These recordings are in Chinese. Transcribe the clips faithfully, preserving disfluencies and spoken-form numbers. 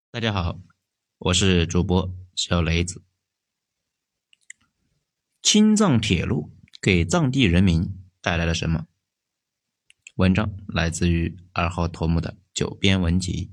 大家好，我是主播小雷子。青藏铁路给藏地人民带来了什么？文章来自于二号头目的九编文集。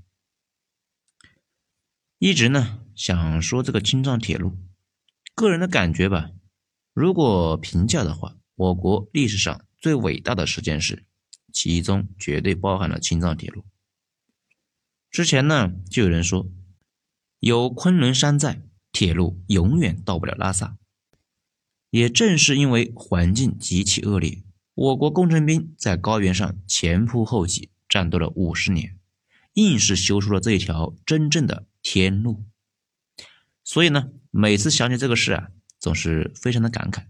一直呢想说这个青藏铁路，个人的感觉吧，如果评价的话，我国历史上最伟大的事件是，其中绝对包含了青藏铁路。之前呢就有人说，有昆仑山在，铁路永远到不了拉萨。也正是因为环境极其恶劣，我国工程兵在高原上前仆后继战斗了五十年，硬是修出了这一条真正的天路。所以呢，每次想起这个事啊，总是非常的感慨。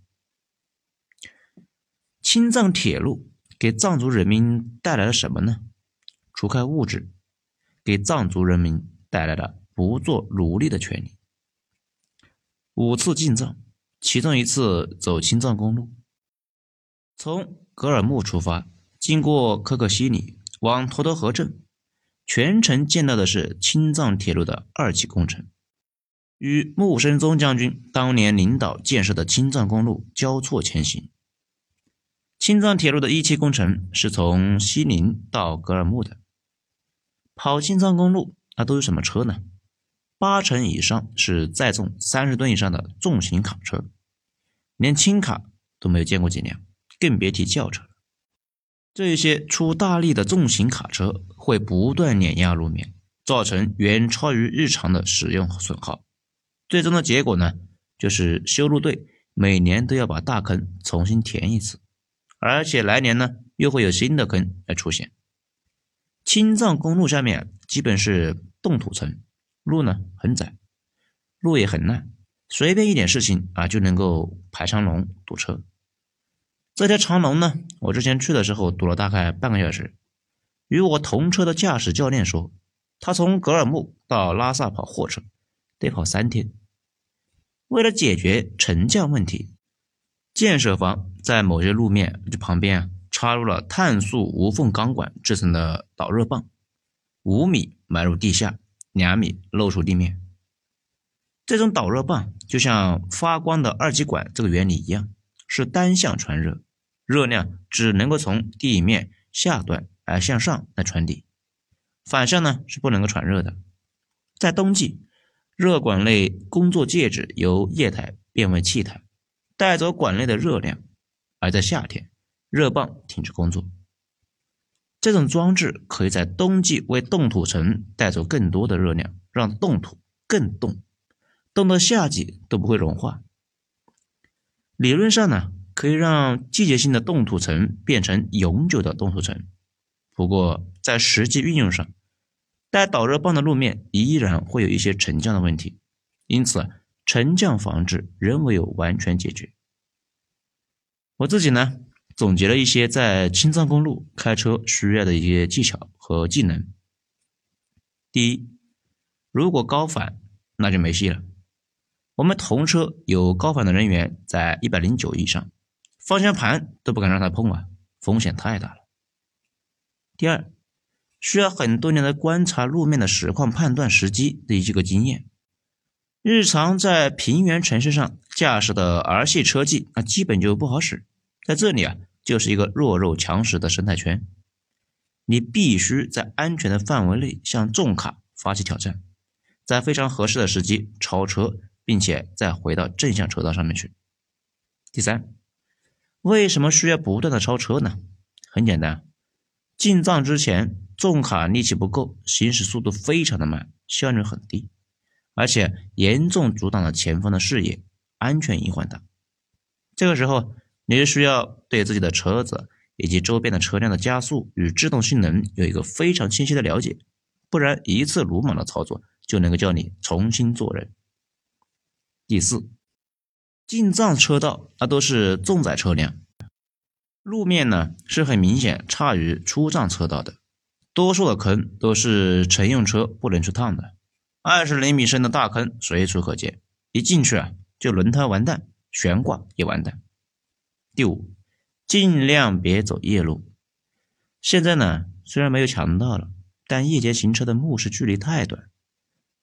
青藏铁路给藏族人民带来了什么呢？除开物质，给藏族人民带来了不做奴隶的权利。五次进藏，其中一次走青藏公路，从格尔木出发，经过可可西里往沱沱河镇，全程见到的是青藏铁路的二期工程，与木生宗将军当年领导建设的青藏公路交错前行。青藏铁路的一期工程是从西宁到格尔木的。跑青藏公路那都是什么车呢？八成以上是载重三十吨以上的重型卡车，连轻卡都没有见过几辆，更别提轿车了。这些出大力的重型卡车会不断碾压路面，造成远超于日常的使用和损耗。最终的结果呢，就是修路队每年都要把大坑重新填一次，而且来年呢又会有新的坑来出现。青藏公路下面基本是冻土层，路呢很窄，路也很烂，随便一点事情啊就能够排长龙堵车。这条长龙呢，我之前去的时候堵了大概半个小时。与我同车的驾驶教练说，他从格尔木到拉萨跑货车得跑三天。为了解决沉降问题，建设方在某些路面就旁边啊插入了碳素无缝钢管制成的导热棒，五米埋入地下，两米露出地面。这种导热棒就像发光的二极管这个原理一样，是单向传热，热量只能够从地面下端而向上来传递，反向呢是不能够传热的。在冬季，热管内工作介质由液态变为气态，带走管内的热量，而在夏天，热棒停止工作。这种装置可以在冬季为冻土层带走更多的热量，让冻土更冻，冻到夏季都不会融化。理论上呢，可以让季节性的冻土层变成永久的冻土层。不过在实际运用上，带导热棒的路面依然会有一些沉降的问题，因此沉降防治仍未有完全解决。我自己呢总结了一些在青藏公路开车需要的一些技巧和技能。第一，如果高反那就没戏了。我们同车有高反的人员在一百零九以上，方向盘都不敢让他碰啊，风险太大了。第二，需要很多年的观察路面的实况判断时机的一个经验。日常在平原城市上驾驶的儿戏车技那基本就不好使，在这里啊就是一个弱肉强食的生态圈。你必须在安全的范围内向重卡发起挑战，在非常合适的时机超车，并且再回到正向车道上面去。第三，为什么需要不断的超车呢？很简单，进藏之前重卡力气不够，行驶速度非常的慢，效率很低，而且严重阻挡了前方的视野，安全隐患大。这个时候你是需要对自己的车子以及周边的车辆的加速与制动性能有一个非常清晰的了解，不然一次鲁莽的操作就能够叫你重新做人。第四，进藏车道那都是重载车辆，路面呢是很明显差于出藏车道的，多数的坑都是乘用车不能去趟的，二十厘米深的大坑随处可见，一进去啊就轮胎完蛋，悬挂也完蛋。第五，尽量别走夜路。现在呢虽然没有强盗了，但夜间行车的目视距离太短，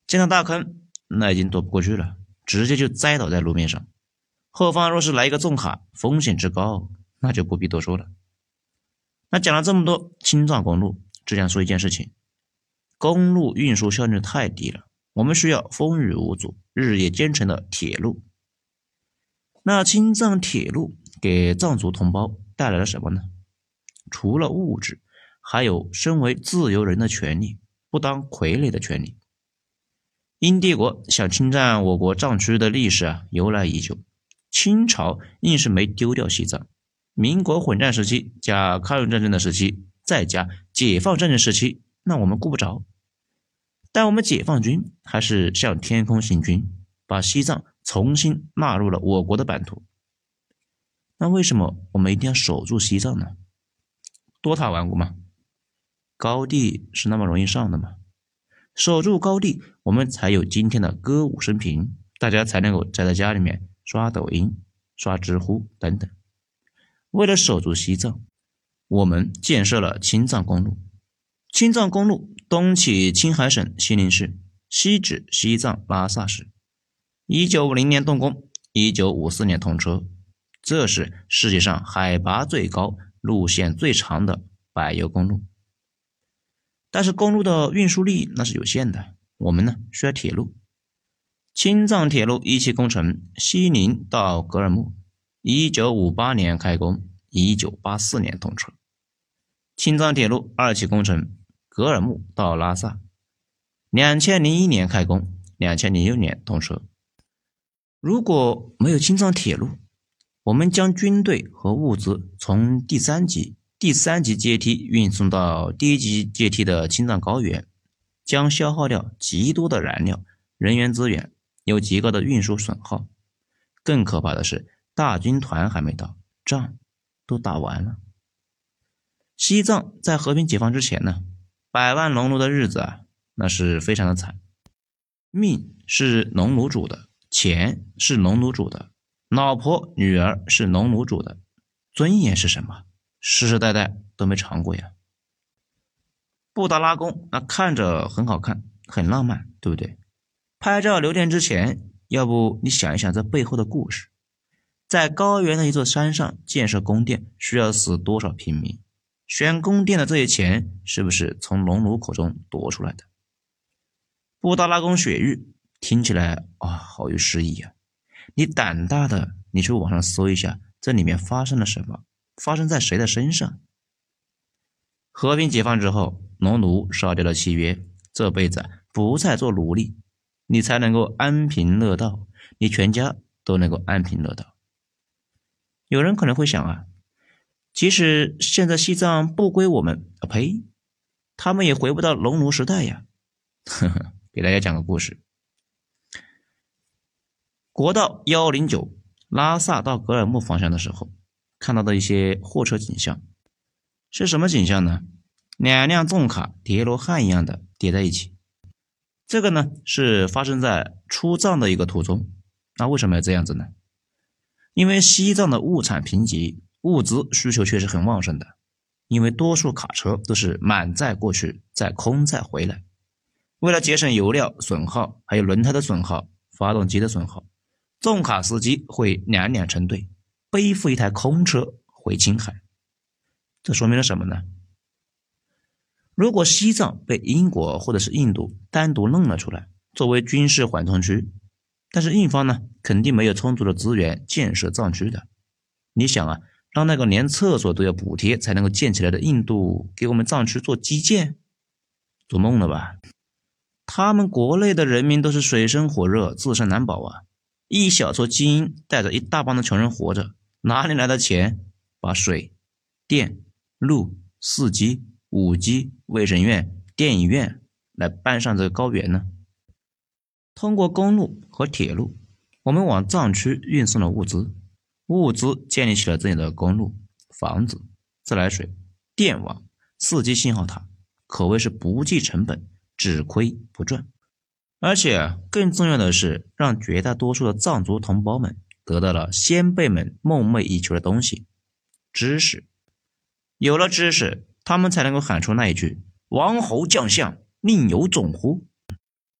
见到大坑，那已经躲不过去了，直接就栽倒在路面上。后方若是来一个重卡，风险之高，那就不必多说了。那讲了这么多青藏公路，只想说一件事情，公路运输效率太低了，我们需要风雨无阻、日夜兼程的铁路。那青藏铁路给藏族同胞带来了什么呢？除了物质，还有身为自由人的权利，不当傀儡的权利。英帝国想侵占我国藏区的历史啊，由来已久。清朝硬是没丢掉西藏，民国混战时期加抗日战争的时期，再加解放战争时期，那我们顾不着。但我们解放军还是向天空行军，把西藏重新纳入了我国的版图。那为什么我们一定要守住西藏呢？多塔顽固吗？高地是那么容易上的吗？守住高地，我们才有今天的歌舞升平，大家才能够宅在家里面刷抖音、刷知乎等等。为了守住西藏，我们建设了青藏公路。青藏公路东起青海省西宁市，西至西藏拉萨市。一九五零年动工，一九五四年通车。这是世界上海拔最高、路线最长的柏油公路。但是公路的运输力那是有限的，我们呢需要铁路。青藏铁路一期工程，西宁到格尔木，一九五八年开工，一九八四年通车。青藏铁路二期工程，格尔木到拉萨，二零零一年开工，二零零六年通车。如果没有青藏铁路，我们将军队和物资从第三级第三级阶梯运送到第一级阶梯的青藏高原，将消耗掉极多的燃料、人员资源，有极高的运输损耗。更可怕的是，大军团还没到，仗都打完了。西藏在和平解放之前呢，百万农奴的日子啊，那是非常的惨。命是农奴主的，钱是农奴主的，老婆女儿是农奴主的，尊严是什么？世世代代都没尝过呀。布达拉宫那看着很好看，很浪漫，对不对？拍照留念之前，要不你想一想这背后的故事。在高原的一座山上建设宫殿，需要死多少平民？选宫殿的这些钱是不是从农奴口中夺出来的？布达拉宫雪域听起来啊，好有诗意啊！你胆大的，你去网上搜一下，这里面发生了什么？发生在谁的身上？和平解放之后，农奴烧掉了契约，这辈子不再做奴隶，你才能够安贫乐道，你全家都能够安贫乐道。有人可能会想啊，即使现在西藏不归我们，啊呸，他们也回不到农奴时代呀。呵呵，给大家讲个故事。国道一零九拉萨到格尔木方向的时候，看到的一些货车景象是什么景象呢？两辆重卡叠罗汉一样的叠在一起。这个呢是发生在出藏的一个途中。那为什么要这样子呢？因为西藏的物产贫瘠，物资需求确实很旺盛的，因为多数卡车都是满载过去再空载回来。为了节省油料损耗，还有轮胎的损耗、发动机的损耗，重卡司机会两两成对背负一台空车回青海。这说明了什么呢？如果西藏被英国或者是印度单独弄了出来，作为军事缓冲区，但是印方呢肯定没有充足的资源建设藏区的。你想啊，让那个连厕所都要补贴才能够建起来的印度给我们藏区做基建，做梦了吧？他们国内的人民都是水深火热，自身难保啊，一小撮精英带着一大帮的穷人活着，哪里来的钱把水、电、路、四 G、五 G、卫生院、电影院来搬上这个高原呢？通过公路和铁路，我们往藏区运送了物资，物资建立起了这里的公路、房子、自来水、电网、四 G 信号塔，可谓是不计成本，只亏不赚。而且更重要的是，让绝大多数的藏族同胞们得到了先辈们梦寐以求的东西——知识。有了知识，他们才能够喊出那一句“王侯将相，宁有种乎”。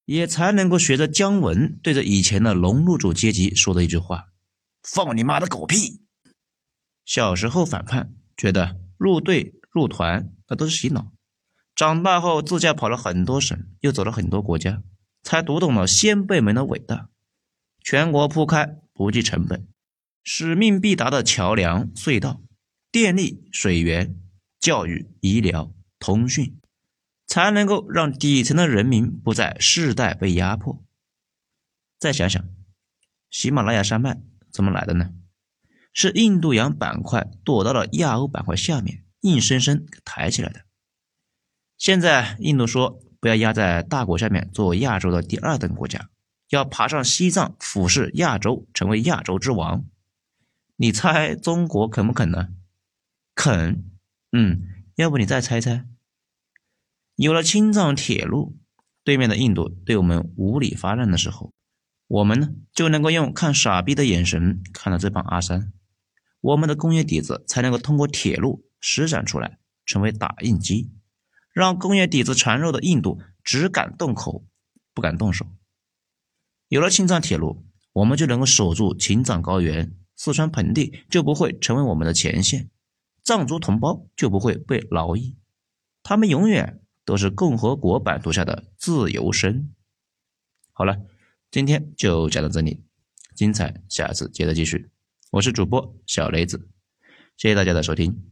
也才能够学着姜文对着以前的农奴主阶级说的一句话：放你妈的狗屁！小时候反叛，觉得入队入团那都是洗脑，长大后自驾跑了很多省，又走了很多国家，才读懂了先辈们的伟大。全国铺开不计成本，使命必达的桥梁隧道，电力水源，教育医疗通讯，才能够让底层的人民不再世代被压迫。再想想，喜马拉雅山脉怎么来的呢？是印度洋板块躲到了亚欧板块下面，硬生生抬起来的。现在印度说不要压在大国下面做亚洲的第二等国家，要爬上西藏俯视亚洲，成为亚洲之王。你猜中国肯不肯呢？肯。嗯，要不你再猜猜。有了青藏铁路，对面的印度对我们无理发难的时候，我们呢就能够用看傻逼的眼神看到这帮阿三，我们的工业底子才能够通过铁路施展出来，成为打印机，让工业底子孱弱的印度只敢动口，不敢动手。有了青藏铁路，我们就能够守住青藏高原，四川盆地就不会成为我们的前线，藏族同胞就不会被劳役，他们永远都是共和国版图下的自由身。好了，今天就讲到这里，精彩下次接着继续。我是主播小雷子，谢谢大家的收听。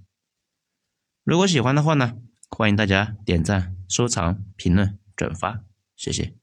如果喜欢的话呢，欢迎大家点赞、收藏、评论、转发，谢谢。